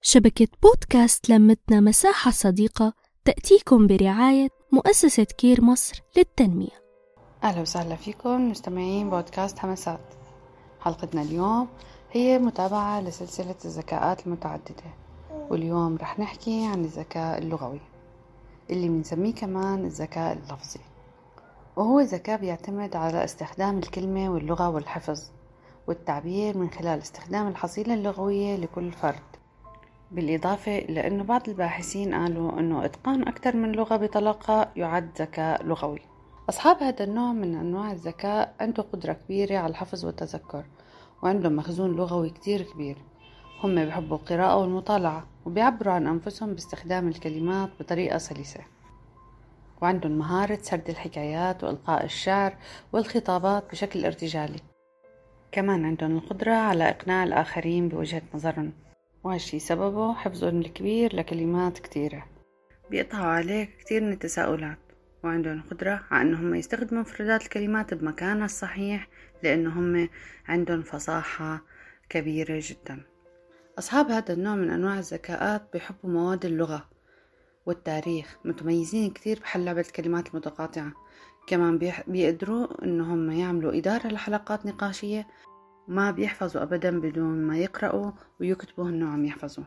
شبكة بودكاست لمتنا مساحة صديقة تأتيكم برعاية مؤسسة كير مصر للتنمية. أهلا وسهلا فيكم مستمعين بودكاست همسات. حلقتنا اليوم هي متابعة لسلسلة الذكاءات المتعددة، واليوم رح نحكي عن الذكاء اللغوي اللي بنسميه كمان الذكاء اللفظي، وهو ذكاء بيعتمد على استخدام الكلمة واللغة والحفظ والتعبير من خلال استخدام الحصيلة اللغوية لكل فرد. بالإضافة إلى أنه بعض الباحثين قالوا أنه إتقان أكثر من لغة بطلاقة يعد ذكاء لغوي. أصحاب هذا النوع من أنواع الذكاء عنده قدرة كبيرة على الحفظ والتذكر، وعندهم مخزون لغوي كتير كبير. هم بيحبوا القراءة والمطالعة، وبيعبروا عن أنفسهم باستخدام الكلمات بطريقة سلسة، وعندهم مهارة سرد الحكايات وإلقاء الشعر والخطابات بشكل ارتجالي. كمان عندهم القدرة على إقناع الآخرين بوجهة نظرهم، وهالشي سببه حفظهم الكبير لكلمات كتيرة. بيقطعوا عليه كتير من التساؤلات، وعندهم القدرة على أنهم يستخدموا مفردات الكلمات بمكانها الصحيح، لأنهم عندهم فصاحة كبيرة جدا. أصحاب هذا النوع من أنواع الذكاءات بيحبوا مواد اللغة والتاريخ، متميزين كتير بحل لعبة الكلمات المتقاطعة. كمان بيقدروا أنهم يعملوا إدارة لحلقات نقاشية، ما بيحفظوا أبدا بدون ما يقرأوا ويكتبوا إنه عم يحفظوا،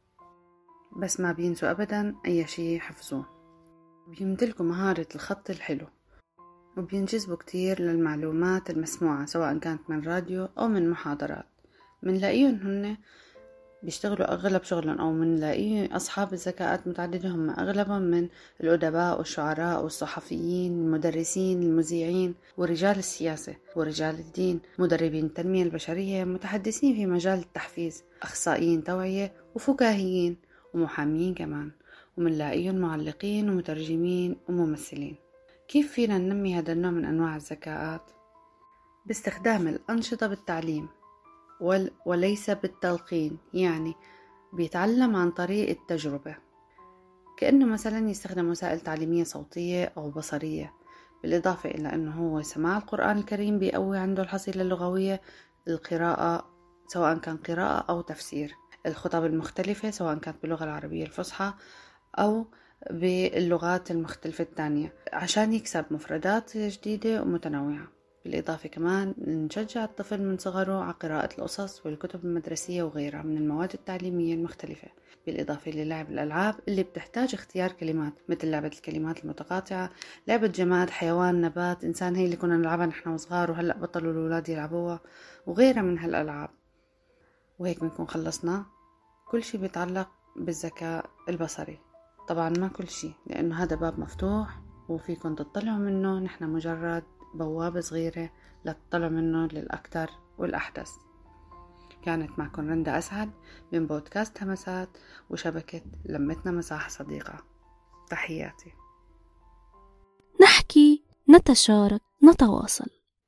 بس ما بينسوا أبدا أي شيء حفظوه. بيمتلكوا مهارة الخط الحلو، وبينجذبوا كتير للمعلومات المسموعة سواء كانت من راديو أو من محاضرات. منلاقيهم هن بيشتغلوا أغلب شغلهم، أو منلاقيه أصحاب الذكاءات المتعددة هم أغلبهم من الأدباء والشعراء والصحفيين، المدرسين، المذيعين، ورجال السياسة ورجال الدين، مدربين التنمية البشرية، متحدثين في مجال التحفيز، أخصائيين توعية، وفكاهيين، ومحامين كمان. ومنلاقيهم معلقين ومترجمين وممثلين. كيف فينا ننمي هذا النوع من أنواع الذكاءات؟ باستخدام الأنشطة بالتعليم وليس بالتلقين، يعني بيتعلم عن طريق التجربة، كأنه مثلا يستخدم وسائل تعليمية صوتية أو بصرية. بالإضافة إلى أنه هو سماع القرآن الكريم بيقوي عنده الحصيلة اللغوية، القراءة سواء كان قراءة أو تفسير، الخطب المختلفة سواء كانت باللغة العربية الفصحى أو باللغات المختلفة الثانية، عشان يكسب مفردات جديدة ومتنوعة. بالإضافة كمان نشجع الطفل من صغره على قراءة القصص والكتب المدرسية وغيرها من المواد التعليمية المختلفة، بالإضافة للعب الألعاب اللي بتحتاج اختيار كلمات، مثل لعبة الكلمات المتقاطعة، لعبة جماد حيوان نبات إنسان، هي اللي كنا نلعبها نحن وصغار وهلأ بطلوا الأولاد يلعبوها، وغيرها من هالألعاب. وهيك بنكون خلصنا كل شي بيتعلق بالذكاء البصري. طبعا ما كل شي، لأنه هذا باب مفتوح وفيكم تطلعوا منه، نحن مجرد بوابة صغيرة لتطلعوا منه للأكثر والأحدث. كانت معكم رندا أسعد من بودكاست همسات وشبكة لمتنا مساحة صديقة. تحياتي. نحكي، نتشارك، نتواصل.